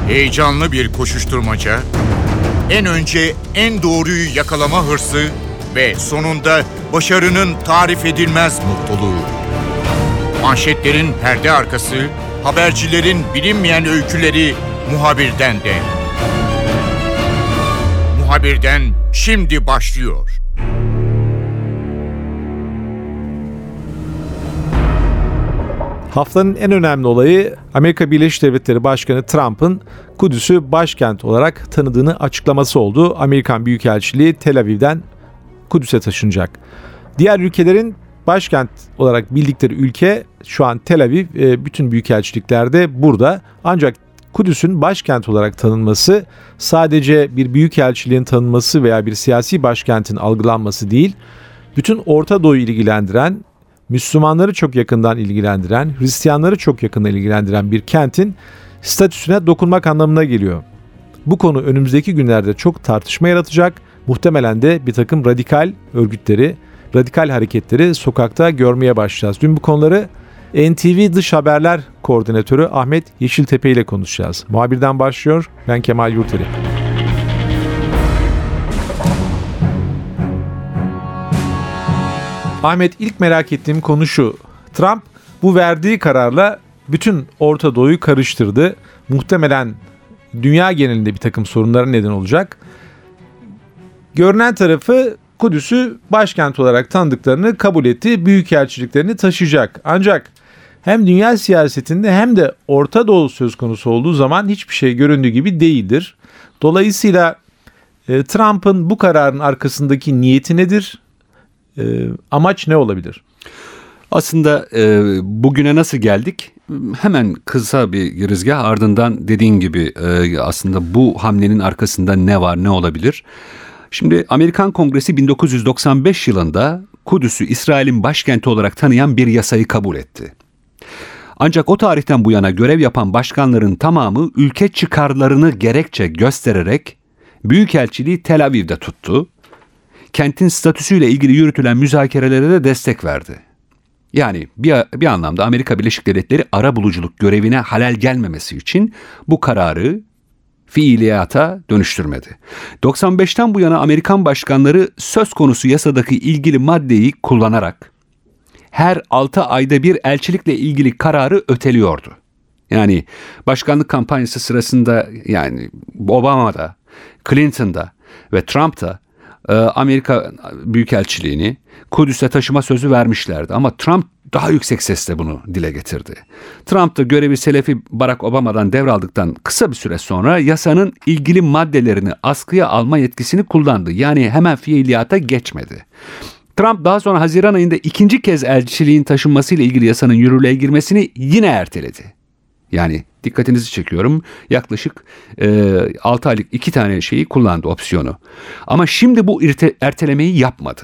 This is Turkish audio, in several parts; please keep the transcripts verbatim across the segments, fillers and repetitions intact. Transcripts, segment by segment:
Heyecanlı bir koşuşturmaca, en önce en doğruyu yakalama hırsı ve sonunda başarının tarif edilmez mutluluğu. Manşetlerin perde arkası, habercilerin bilinmeyen öyküleri Muhabir'den de. Muhabir'den şimdi başlıyor. Haftanın en önemli olayı Amerika Birleşik Devletleri Başkanı Trump'ın Kudüs'ü başkent olarak tanıdığını açıklaması oldu. Amerikan Büyükelçiliği Tel Aviv'den Kudüs'e taşınacak. Diğer ülkelerin başkent olarak bildikleri ülke şu an Tel Aviv, bütün büyükelçiliklerde burada. Ancak Kudüs'ün başkent olarak tanınması sadece bir büyükelçiliğin tanınması veya bir siyasi başkentin algılanması değil, bütün Orta Doğu'yu ilgilendiren, Müslümanları çok yakından ilgilendiren, Hristiyanları çok yakından ilgilendiren bir kentin statüsüne dokunmak anlamına geliyor. Bu konu önümüzdeki günlerde çok tartışma yaratacak. Muhtemelen de bir takım radikal örgütleri, radikal hareketleri sokakta görmeye başlayacağız. Dün bu konuları N T V Dış Haberler Koordinatörü Ahmet Yeşiltepe ile konuşacağız. Muhabirden başlıyor. Ben Kemal Yurteri. Ahmet, ilk merak ettiğim konu şu. Trump bu verdiği kararla bütün Orta Doğu'yu karıştırdı. Muhtemelen dünya genelinde bir takım sorunlara neden olacak. Görünen tarafı Kudüs'ü başkent olarak tanıdıklarını kabul etti. Büyükelçiliklerini taşıyacak. Ancak hem dünya siyasetinde hem de Orta Doğu söz konusu olduğu zaman hiçbir şey göründüğü gibi değildir. Dolayısıyla e, Trump'ın bu kararın arkasındaki niyeti nedir? E, amaç ne olabilir? Aslında e, bugüne nasıl geldik? Hemen kısa bir girizgah, ardından dediğin gibi e, aslında bu hamlenin arkasında ne var, ne olabilir? Şimdi Amerikan Kongresi bin dokuz yüz doksan beş yılında Kudüs'ü İsrail'in başkenti olarak tanıyan bir yasayı kabul etti. Ancak o tarihten bu yana görev yapan başkanların tamamı ülke çıkarlarını gerekçe göstererek Büyükelçiliği Tel Aviv'de tuttu. Kentin statüsüyle ilgili yürütülen müzakerelere de destek verdi. Yani bir, bir anlamda Amerika Birleşik Devletleri arabuluculuk görevine halel gelmemesi için bu kararı fiiliyata dönüştürmedi. doksan beşten bu yana Amerikan başkanları söz konusu yasadaki ilgili maddeyi kullanarak her altı ayda bir elçilikle ilgili kararı öteliyordu. Yani başkanlık kampanyası sırasında, yani Obama'da, Clinton'da ve Trump'ta Amerika Büyükelçiliğini Kudüs'e taşıma sözü vermişlerdi. Ama Trump daha yüksek sesle bunu dile getirdi. Trump da görevi Selefi Barack Obama'dan devraldıktan kısa bir süre sonra yasanın ilgili maddelerini askıya alma yetkisini kullandı. Yani hemen fiiliyata geçmedi. Trump daha sonra Haziran ayında ikinci kez elçiliğin taşınmasıyla ilgili yasanın yürürlüğe girmesini yine erteledi. Yani dikkatinizi çekiyorum, yaklaşık e, altı aylık iki tane şeyi kullandı, opsiyonu. Ama şimdi bu irte, ertelemeyi yapmadı.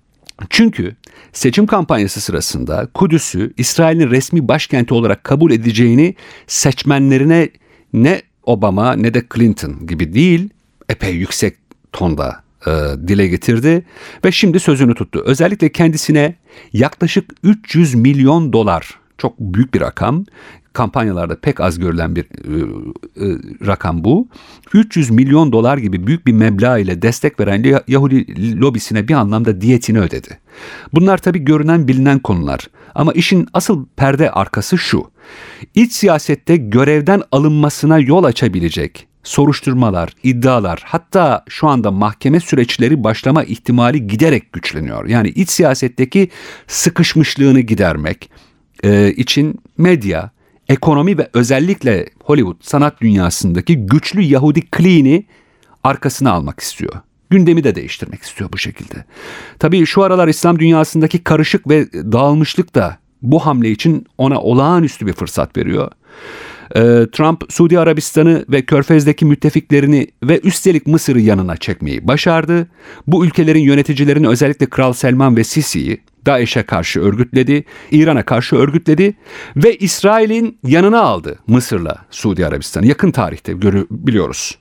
Çünkü seçim kampanyası sırasında Kudüs'ü İsrail'in resmi başkenti olarak kabul edeceğini seçmenlerine ne Obama ne de Clinton gibi değil, epey yüksek tonda e, dile getirdi ve şimdi sözünü tuttu. Özellikle kendisine yaklaşık üç yüz milyon dolar, çok büyük bir rakam, kampanyalarda pek az görülen bir e, e, rakam bu. üç yüz milyon dolar gibi büyük bir meblağ ile destek veren Yahudi lobisine bir anlamda diyetini ödedi. Bunlar tabii görünen bilinen konular. Ama işin asıl perde arkası şu: İç siyasette görevden alınmasına yol açabilecek soruşturmalar, iddialar, hatta şu anda mahkeme süreçleri başlama ihtimali giderek güçleniyor. Yani iç siyasetteki sıkışmışlığını gidermek e, için medya, ekonomi ve özellikle Hollywood sanat dünyasındaki güçlü Yahudi kliğini arkasına almak istiyor. Gündemi de değiştirmek istiyor bu şekilde. Tabii şu aralar İslam dünyasındaki karışık ve dağılmışlık da bu hamle için ona olağanüstü bir fırsat veriyor. Ee, Trump, Suudi Arabistan'ı ve Körfez'deki müttefiklerini ve üstelik Mısır'ı yanına çekmeyi başardı. Bu ülkelerin yöneticilerini, özellikle Kral Selman ve Sisi'yi DAEŞ'e karşı örgütledi, İran'a karşı örgütledi ve İsrail'in yanına aldı Mısır'la Suudi Arabistan'ı. Yakın tarihte görü- biliyoruz.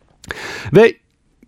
Ve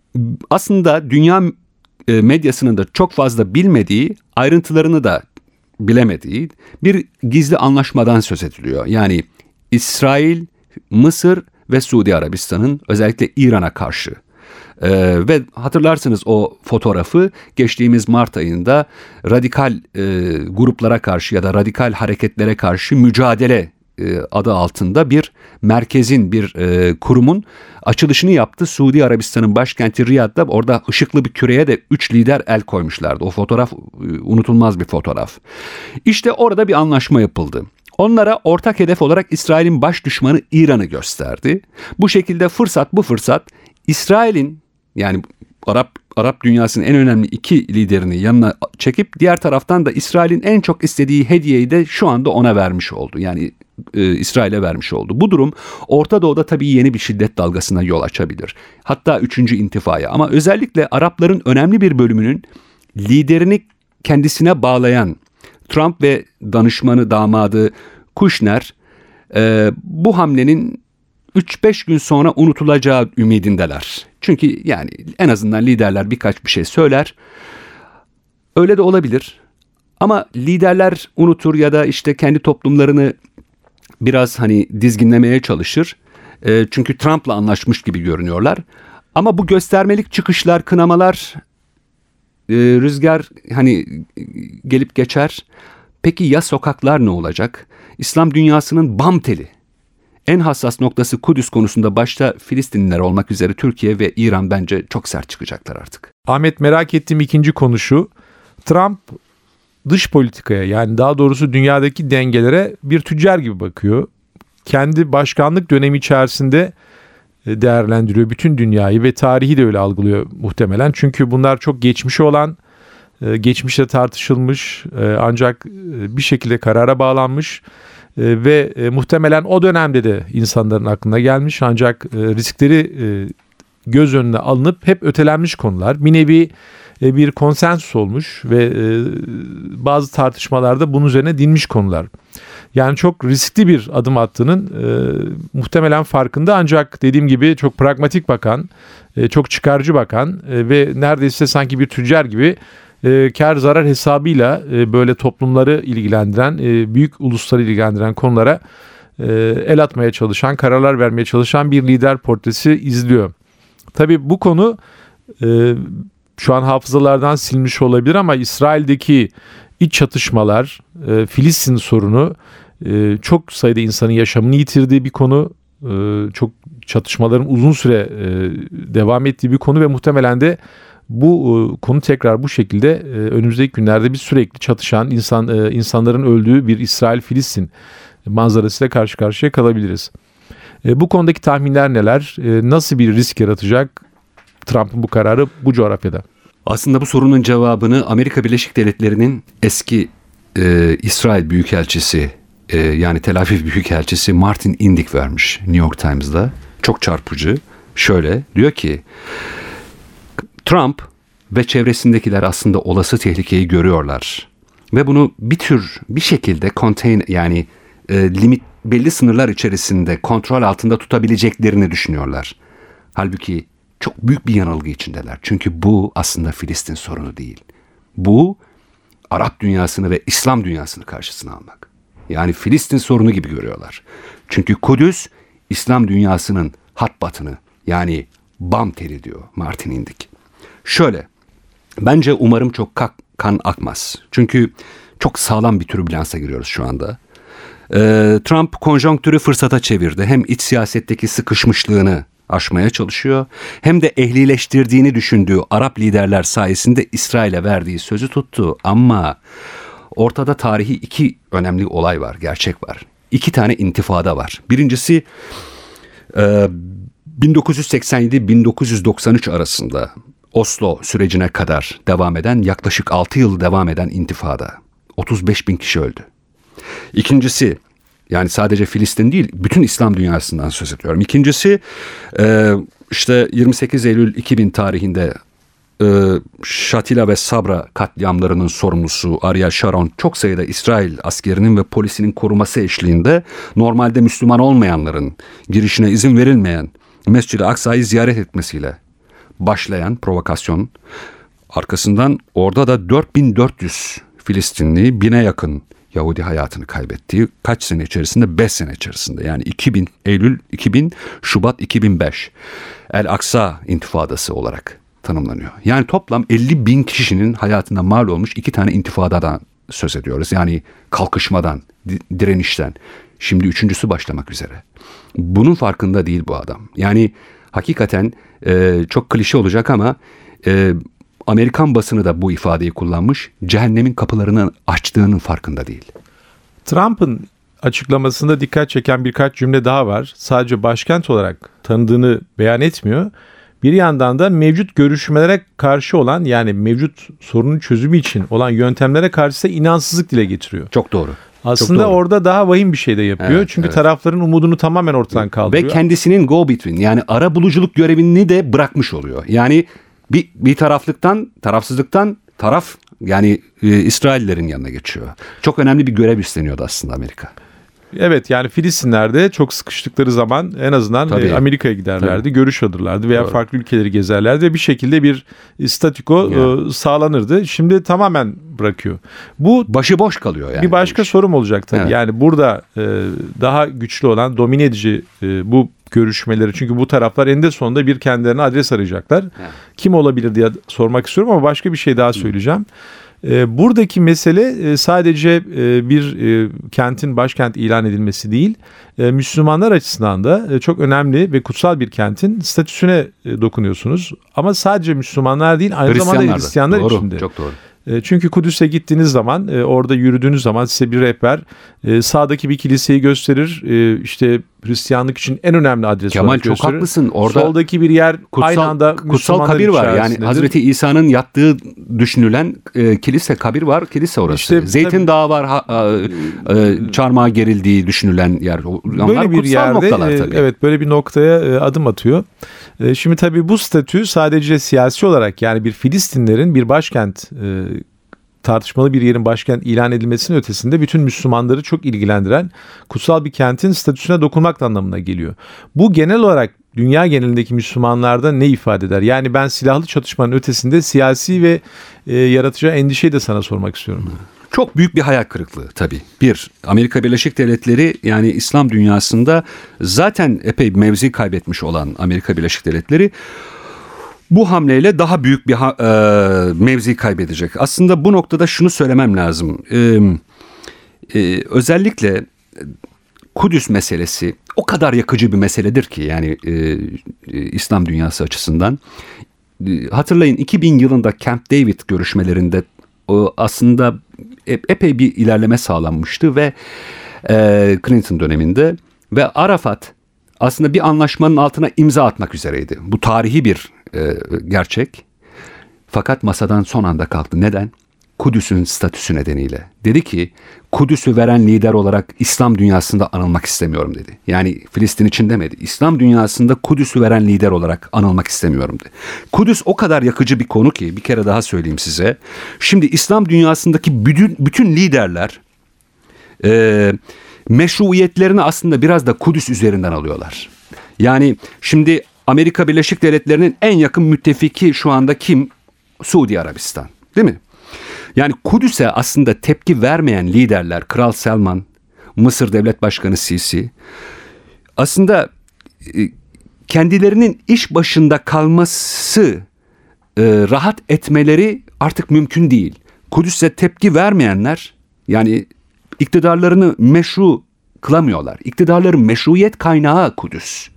aslında dünya medyasının da çok fazla bilmediği, ayrıntılarını da bilemediği bir gizli anlaşmadan söz ediliyor. Yani İsrail, Mısır ve Suudi Arabistan'ın özellikle İran'a karşı. Ee, ve hatırlarsınız o fotoğrafı geçtiğimiz Mart ayında radikal e, gruplara karşı ya da radikal hareketlere karşı mücadele e, adı altında bir merkezin, bir e, kurumun açılışını yaptı. Suudi Arabistan'ın başkenti Riyad'da, orada ışıklı bir küreye de üç lider el koymuşlardı. O fotoğraf e, unutulmaz bir fotoğraf. İşte orada bir anlaşma yapıldı. Onlara ortak hedef olarak İsrail'in baş düşmanı İran'ı gösterdi. Bu şekilde fırsat bu fırsat İsrail'in, yani Arap Arap dünyasının en önemli iki liderini yanına çekip diğer taraftan da İsrail'in en çok istediği hediyeyi de şu anda ona vermiş oldu. Yani e, İsrail'e vermiş oldu. Bu durum Orta Doğu'da tabii yeni bir şiddet dalgasına yol açabilir. Hatta üçüncü intifaya, ama özellikle Arapların önemli bir bölümünün liderini kendisine bağlayan Trump ve danışmanı, damadı Kushner e, bu hamlenin üç beş gün sonra unutulacağı ümidindeler. Çünkü yani en azından liderler birkaç bir şey söyler. Öyle de olabilir. Ama liderler unutur ya da işte kendi toplumlarını biraz hani dizginlemeye çalışır. E, çünkü Trump'la anlaşmış gibi görünüyorlar. Ama bu göstermelik çıkışlar, kınamalar, e, rüzgar hani gelip geçer. Peki ya sokaklar ne olacak? İslam dünyasının bam teli, en hassas noktası Kudüs konusunda başta Filistinliler olmak üzere Türkiye ve İran bence çok sert çıkacaklar artık. Ahmet, merak ettiğim ikinci konu şu. Trump dış politikaya, yani daha doğrusu dünyadaki dengelere bir tüccar gibi bakıyor. Kendi başkanlık dönemi içerisinde değerlendiriyor bütün dünyayı ve tarihi de öyle algılıyor muhtemelen. Çünkü bunlar çok geçmişi olan, geçmişte tartışılmış ancak bir şekilde karara bağlanmış ve muhtemelen o dönemde de insanların aklına gelmiş ancak riskleri göz önüne alınıp hep ötelenmiş konular. Bir nevi bir konsensus olmuş ve bazı tartışmalarda bunun üzerine dinmiş konular. Yani çok riskli bir adım attığının e, muhtemelen farkında, ancak dediğim gibi çok pragmatik bakan, e, çok çıkarcı bakan e, ve neredeyse sanki bir tüccar gibi e, kar zarar hesabıyla e, böyle toplumları ilgilendiren, e, büyük ulusları ilgilendiren konulara e, el atmaya çalışan, kararlar vermeye çalışan bir lider portresi izliyor. Tabii bu konu e, şu an hafızalardan silinmiş olabilir ama İsrail'deki iç çatışmalar, e, Filistin sorunu e, çok sayıda insanın yaşamını yitirdiği bir konu. E, çok çatışmaların uzun süre e, devam ettiği bir konu ve muhtemelen de bu e, konu tekrar bu şekilde e, önümüzdeki günlerde bir sürekli çatışan insan e, insanların öldüğü bir İsrail-Filistin manzarasıyla karşı karşıya kalabiliriz. E, bu konudaki tahminler neler? E, nasıl bir risk yaratacak Trump'ın bu kararı bu coğrafyada? Aslında bu sorunun cevabını Amerika Birleşik Devletleri'nin eski e, İsrail Büyükelçisi e, yani Tel Aviv Büyükelçisi Martin Indyk vermiş New York Times'da. Çok çarpıcı. Şöyle diyor ki, Trump ve çevresindekiler aslında olası tehlikeyi görüyorlar ve bunu bir tür bir şekilde contain, yani e, limit, belli sınırlar içerisinde kontrol altında tutabileceklerini düşünüyorlar. Halbuki çok büyük bir yanılgı içindeler. Çünkü bu aslında Filistin sorunu değil. Bu Arap dünyasını ve İslam dünyasını karşısına almak. Yani Filistin sorunu gibi görüyorlar. Çünkü Kudüs İslam dünyasının hat batını, yani bam teli diyor Martin Indyk. Şöyle, bence umarım çok kan akmaz. Çünkü çok sağlam bir türbülansa giriyoruz şu anda. Ee, Trump konjonktürü fırsata çevirdi. Hem iç siyasetteki sıkışmışlığını aşmaya çalışıyor, hem de ehlileştirdiğini düşündüğü Arap liderler sayesinde İsrail'e verdiği sözü tuttu. Ama ortada tarihi iki önemli olay var, gerçek var. İki tane intifada var. Birincisi bin dokuz yüz seksen yedi bin dokuz yüz doksan üç arasında Oslo sürecine kadar devam eden, yaklaşık altı yıl devam eden intifada. otuz beş bin kişi öldü. İkincisi, yani sadece Filistin değil, bütün İslam dünyasından söz ediyorum. İkincisi işte yirmi sekiz Eylül iki bin tarihinde Shatila ve Sabra katliamlarının sorumlusu Ariel Sharon çok sayıda İsrail askerinin ve polisinin koruması eşliğinde normalde Müslüman olmayanların girişine izin verilmeyen Mescid-i Aksa'yı ziyaret etmesiyle başlayan provokasyon, arkasından orada da dört bin dört yüz Filistinli, bine yakın Yahudi hayatını kaybettiği kaç sene içerisinde? beş sene içerisinde. Yani iki bin Eylül iki bin, Şubat iki bin beş. El Aksa intifadası olarak tanımlanıyor. Yani toplam elli bin kişinin hayatına mal olmuş iki tane intifadadan söz ediyoruz. Yani kalkışmadan, direnişten. Şimdi üçüncüsü başlamak üzere. Bunun farkında değil bu adam. Yani hakikaten e, çok klişe olacak ama e, Amerikan basını da bu ifadeyi kullanmış. Cehennemin kapılarını açtığının farkında değil. Trump'ın açıklamasında dikkat çeken birkaç cümle daha var. Sadece başkent olarak tanıdığını beyan etmiyor. Bir yandan da mevcut görüşmelere karşı olan, yani mevcut sorunun çözümü için olan yöntemlere karşı da inansızlık dile getiriyor. Çok doğru. Aslında Çok doğru. Orada daha vahim bir şey de yapıyor. Evet, Çünkü evet. tarafların umudunu tamamen ortadan kaldırıyor. Ve kendisinin go between, yani ara buluculuk görevini de bırakmış oluyor. Yani bir, bir taraflıktan, tarafsızlıktan taraf, yani e, İsraillerin yanına geçiyor. Çok önemli bir görev üstleniyordu aslında Amerika. Evet, yani Filistinler'de çok sıkıştıkları zaman en azından Tabii. e, Amerika'ya giderlerdi, Tabii. görüş alırlardı veya Doğru. farklı ülkeleri gezerlerdi ve bir şekilde bir statüko Yani. e, sağlanırdı. Şimdi tamamen bırakıyor. Bu Başıboş kalıyor yani. bir başka sorum olacak tabii. Evet. Yani burada e, daha güçlü olan, domine edici e, bu görüşmeleri, çünkü bu taraflar eninde sonunda bir kendilerine adres arayacaklar. Evet. Kim olabilir diye sormak istiyorum ama başka bir şey daha söyleyeceğim. E, buradaki mesele e, sadece e, bir e, kentin başkent ilan edilmesi değil, e, Müslümanlar açısından da e, çok önemli ve kutsal bir kentin statüsüne e, dokunuyorsunuz. Ama sadece Müslümanlar değil, aynı zamanda Hristiyanlar da. Hristiyanlar Doğru, için de. çok doğru. E, Çünkü Kudüs'e gittiğiniz zaman, e, orada yürüdüğünüz zaman size bir rehber e, sağdaki bir kiliseyi gösterir. E, İşte Hristiyanlık için en önemli adres Kemal, olarak çok gösterir. haklısın. Orada Soldaki bir yer Kutsal, aynı anda kutsal Müslümanların kabir var. Yani içerisindedir. Hazreti İsa'nın yattığı düşünülen e, kilise, kabir var. Kilise orası. İşte Zeytin tabii- Dağı var. Ha, e, e, çarmıha gerildiği düşünülen yer. Onlar Böyle bir kutsal yerde noktalar e, tabii. evet, böyle bir noktaya e, adım atıyor. E, Şimdi tabii bu statü sadece siyasi olarak, yani bir Filistinlerin bir başkent, e, tartışmalı bir yerin başkent ilan edilmesinin ötesinde bütün Müslümanları çok ilgilendiren kutsal bir kentin statüsüne dokunmak anlamına geliyor. Bu genel olarak dünya genelindeki Müslümanlarda ne ifade eder? Yani ben silahlı çatışmanın ötesinde siyasi ve e, yaratacağı endişeyi de sana sormak istiyorum. Çok büyük bir hayal kırıklığı tabii. Bir, Amerika Birleşik Devletleri, yani İslam dünyasında zaten epey mevzi kaybetmiş olan Amerika Birleşik Devletleri bu hamleyle daha büyük bir ha- e, mevzi kaybedecek. Aslında bu noktada şunu söylemem lazım. E, e, özellikle Kudüs meselesi o kadar yakıcı bir meseledir ki, yani e, e, İslam dünyası açısından. E, hatırlayın, iki bin yılında Camp David görüşmelerinde o aslında epey bir ilerleme sağlanmıştı ve e, Clinton döneminde, ve Arafat aslında bir anlaşmanın altına imza atmak üzereydi. Bu tarihi bir e, gerçek. Fakat masadan son anda kalktı. Neden? Kudüs'ün statüsü nedeniyle. Dedi ki, Kudüs'ü veren lider olarak İslam dünyasında anılmak istemiyorum dedi. Yani Filistin için demedi. İslam dünyasında Kudüs'ü veren lider olarak anılmak istemiyorum dedi. Kudüs o kadar yakıcı bir konu ki, bir kere daha söyleyeyim size. Şimdi İslam dünyasındaki bütün, bütün liderler e, meşruiyetlerini aslında biraz da Kudüs üzerinden alıyorlar. Yani şimdi Amerika Birleşik Devletleri'nin en yakın müttefiki şu anda kim? Suudi Arabistan, değil mi? Yani Kudüs'e aslında tepki vermeyen liderler, Kral Selman, Mısır Devlet Başkanı Sisi, aslında kendilerinin iş başında kalması, rahat etmeleri artık mümkün değil. Kudüs'e tepki vermeyenler, yani iktidarlarını meşru kılamıyorlar. İktidarların meşruiyet kaynağı Kudüs.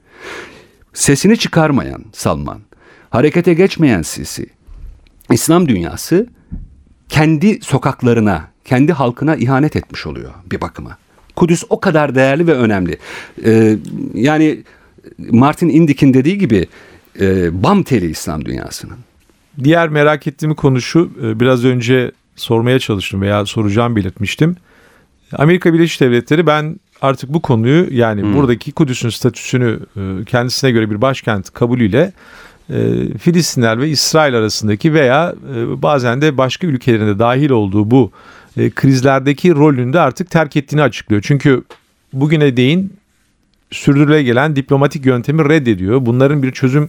Sesini çıkarmayan Salman, harekete geçmeyen Sisi, İslam dünyası kendi sokaklarına, kendi halkına ihanet etmiş oluyor bir bakıma. Kudüs o kadar değerli ve önemli. Ee, yani Martin Indyck'in dediği gibi e, bam teli İslam dünyasının. Diğer merak ettiğim konu şu, biraz önce sormaya çalıştım veya soracağım belirtmiştim. Amerika Birleşik Devletleri, ben artık bu konuyu, yani hmm. buradaki Kudüs'ün statüsünü kendisine göre bir başkent kabulüyle Filistinler ve İsrail arasındaki veya bazen de başka ülkelerinde dahil olduğu bu krizlerdeki rolünü de artık terk ettiğini açıklıyor. Çünkü bugüne değin sürdürüle gelen diplomatik yöntemi reddediyor. Bunların bir çözüm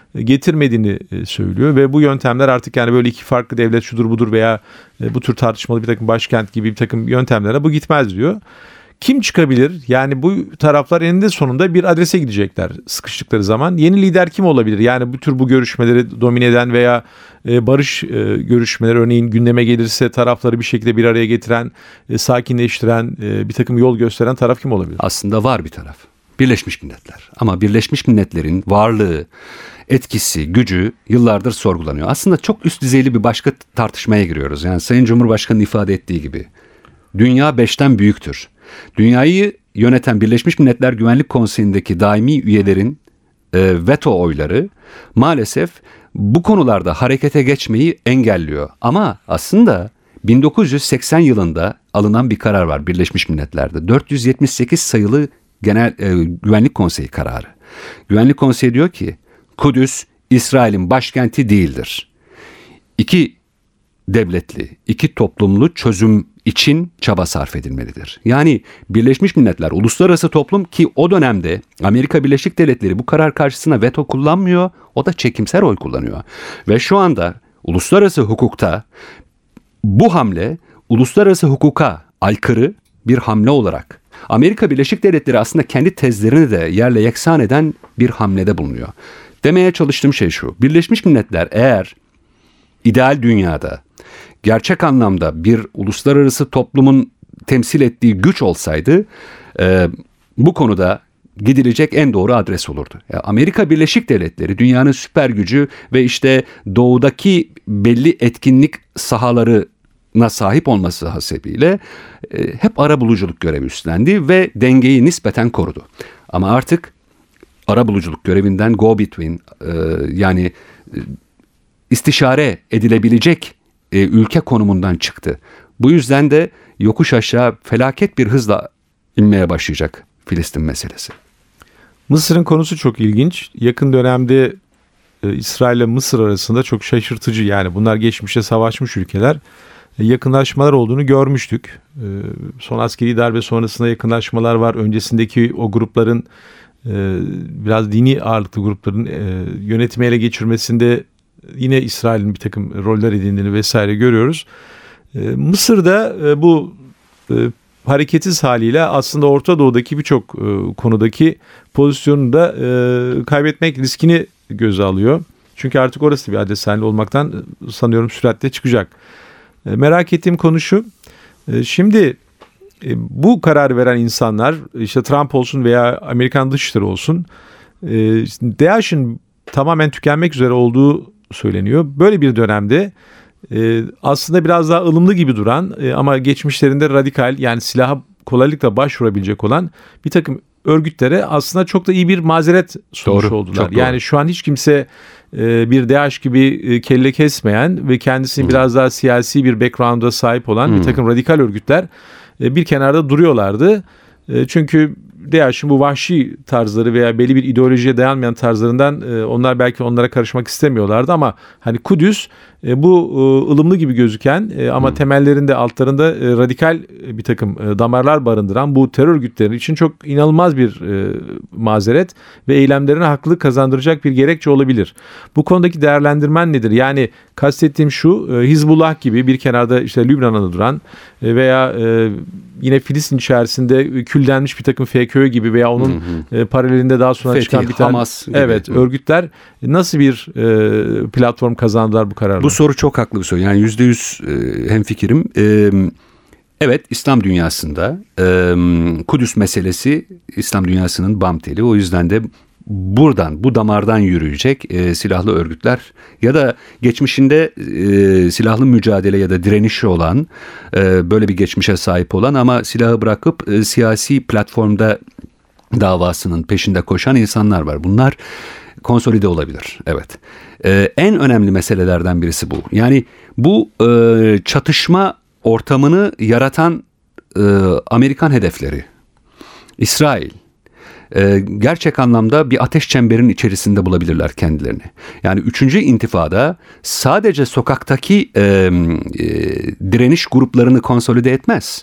getirmediğini söylüyor ve bu yöntemler artık yani böyle iki farklı devlet şudur budur veya bu tür tartışmalı bir takım başkent gibi bir takım yöntemlere bu gitmez diyor. Kim çıkabilir? Yani bu taraflar eninde sonunda bir adrese gidecekler sıkıştıkları zaman. Yeni lider kim olabilir? Yani bu tür bu görüşmeleri domine eden veya barış görüşmeleri örneğin gündeme gelirse tarafları bir şekilde bir araya getiren, sakinleştiren, bir takım yol gösteren taraf kim olabilir? Aslında var bir taraf. Birleşmiş Milletler. Ama Birleşmiş Milletler'in varlığı, etkisi, gücü yıllardır sorgulanıyor. Aslında çok üst düzeyli bir başka tartışmaya giriyoruz. Yani Sayın Cumhurbaşkanı'nın ifade ettiği gibi. Dünya beşten büyüktür. Dünyayı yöneten Birleşmiş Milletler Güvenlik Konseyi'ndeki daimi üyelerin e, veto oyları maalesef bu konularda harekete geçmeyi engelliyor. Ama aslında bin dokuz yüz seksen yılında alınan bir karar var Birleşmiş Milletler'de. dört yüz yetmiş sekiz sayılı Genel e, Güvenlik Konseyi kararı. Güvenlik Konseyi diyor ki Kudüs İsrail'in başkenti değildir. İki devletli, iki toplumlu çözüm için çaba sarf edilmelidir. Yani Birleşmiş Milletler, uluslararası toplum ki o dönemde Amerika Birleşik Devletleri bu karar karşısında veto kullanmıyor, o da çekimser oy kullanıyor. Ve şu anda uluslararası hukukta bu hamle uluslararası hukuka aykırı bir hamle olarak Amerika Birleşik Devletleri aslında kendi tezlerini de yerle yeksan eden bir hamlede bulunuyor. Demeye çalıştığım şey şu: Birleşmiş Milletler eğer ideal dünyada gerçek anlamda bir uluslararası toplumun temsil ettiği güç olsaydı e, bu konuda gidilecek en doğru adres olurdu. Yani Amerika Birleşik Devletleri dünyanın süper gücü ve işte doğudaki belli etkinlik sahalarına sahip olması hasebiyle e, hep arabuluculuk görevi üstlendi ve dengeyi nispeten korudu. Ama artık arabuluculuk görevinden go between e, yani e, istişare edilebilecek e, ülke konumundan çıktı. Bu yüzden de yokuş aşağı felaket bir hızla inmeye başlayacak Filistin meselesi. Mısır'ın konusu çok ilginç. Yakın dönemde e, İsrail ile Mısır arasında çok şaşırtıcı, yani bunlar geçmişte savaşmış ülkeler. E, yakınlaşmalar olduğunu görmüştük. E, son askeri darbe sonrasında yakınlaşmalar var. Öncesindeki o grupların e, biraz dini ağırlıklı grupların e, yönetimi ele geçirmesinde yine İsrail'in bir takım roller edindiğini vesaire görüyoruz. E, Mısır'da e, bu e, hareketsiz haliyle aslında Orta Doğu'daki birçok e, konudaki pozisyonunu da e, kaybetmek riskini göze alıyor. Çünkü artık orası bir adres haline olmaktan e, sanıyorum süratle çıkacak. E, merak ettiğim konu şu. E, şimdi e, bu kararı veren insanlar, işte Trump olsun veya Amerikan Dışişleri olsun, e, DAEŞ'in tamamen tükenmek üzere olduğu söyleniyor. Böyle bir dönemde e, aslında biraz daha ılımlı gibi duran e, ama geçmişlerinde radikal, yani silaha kolaylıkla başvurabilecek olan bir takım örgütlere aslında çok da iyi bir mazeret sunmuş doğru, oldular. Yani şu an hiç kimse e, bir DAEŞ gibi e, kelle kesmeyen ve kendisinin hmm. biraz daha siyasi bir background'a sahip olan hmm. bir takım radikal örgütler e, bir kenarda duruyorlardı. E, çünkü DAEŞ'in bu vahşi tarzları veya belli bir ideolojiye dayanmayan tarzlarından e, onlar belki onlara karışmak istemiyorlardı ama hani Kudüs e, bu e, ılımlı gibi gözüken e, ama hmm. temellerinde, altlarında e, radikal bir takım e, damarlar barındıran bu terör örgütleri için çok inanılmaz bir e, mazeret ve eylemlerine haklılık kazandıracak bir gerekçe olabilir. Bu konudaki değerlendirmen nedir? Yani kastettiğim şu, e, Hizbullah gibi bir kenarda işte Lübnan'da duran e, veya e, yine Filistin içerisinde küllenmiş bir takım F K Ö gibi veya onun hı hı. paralelinde daha sonra Fethi, çıkan bir tane Hamas gibi. Evet, örgütler nasıl bir e, platform kazandılar bu kararla? Bu soru çok haklı bir soru. Yani yüzde yüz e, hemfikirim. E, evet, İslam dünyasında e, Kudüs meselesi İslam dünyasının bam teli. O yüzden de buradan, bu damardan yürüyecek e, silahlı örgütler ya da geçmişinde e, silahlı mücadele ya da direnişi olan, e, böyle bir geçmişe sahip olan ama silahı bırakıp e, siyasi platformda davasının peşinde koşan insanlar var. Bunlar konsolide olabilir. Evet. E, en önemli meselelerden birisi bu. Yani bu e, çatışma ortamını yaratan e, Amerikan hedefleri, İsrail, Ee, gerçek anlamda bir ateş çemberinin içerisinde bulabilirler kendilerini. Yani üçüncü intifada sadece sokaktaki e, e, direniş gruplarını konsolide etmez.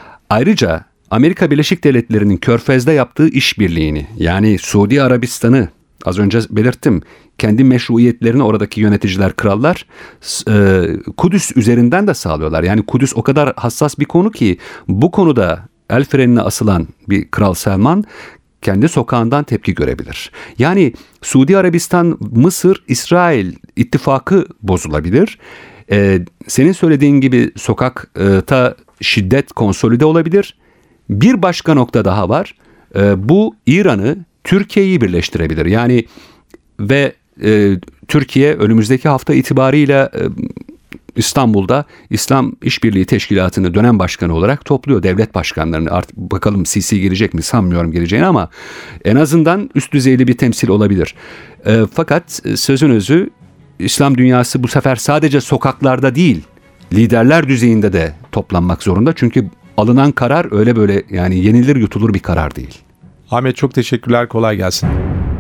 Ayrıca Amerika Birleşik Devletleri'nin Körfez'de yaptığı işbirliğini, yani Suudi Arabistan'ı Az önce belirttim. Kendi meşruiyetlerini oradaki yöneticiler, krallar e, Kudüs üzerinden de sağlıyorlar. Yani Kudüs o kadar hassas bir konu ki bu konuda el frenine asılan bir Kral Selman kendi sokağından tepki görebilir. Yani Suudi Arabistan, Mısır, İsrail ittifakı bozulabilir. Ee, senin söylediğin gibi sokakta şiddet konsolide olabilir. Bir başka nokta daha var. Ee, bu İran'ı, Türkiye'yi birleştirebilir. Yani ve e, Türkiye önümüzdeki hafta itibarıyla e, İstanbul'da İslam İşbirliği Teşkilatı'nı dönem başkanı olarak topluyor devlet başkanlarını. Artık bakalım Sisi gelecek mi, sanmıyorum geleceğini, ama en azından üst düzeyli bir temsil olabilir. E, fakat sözün özü, İslam dünyası bu sefer sadece sokaklarda değil, liderler düzeyinde de toplanmak zorunda. Çünkü alınan karar öyle böyle yani yenilir yutulur bir karar değil. Ahmet, çok teşekkürler, kolay gelsin.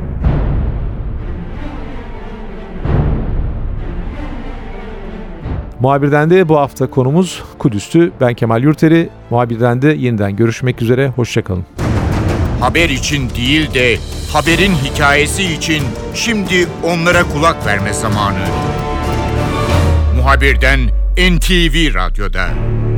Muhabirden de bu hafta konumuz Kudüs'tü. Ben Kemal Yurteri. Muhabirden de yeniden görüşmek üzere. Hoşçakalın. Haber için değil de haberin hikayesi için şimdi onlara kulak verme zamanı. Muhabirden N T V Radyo'da.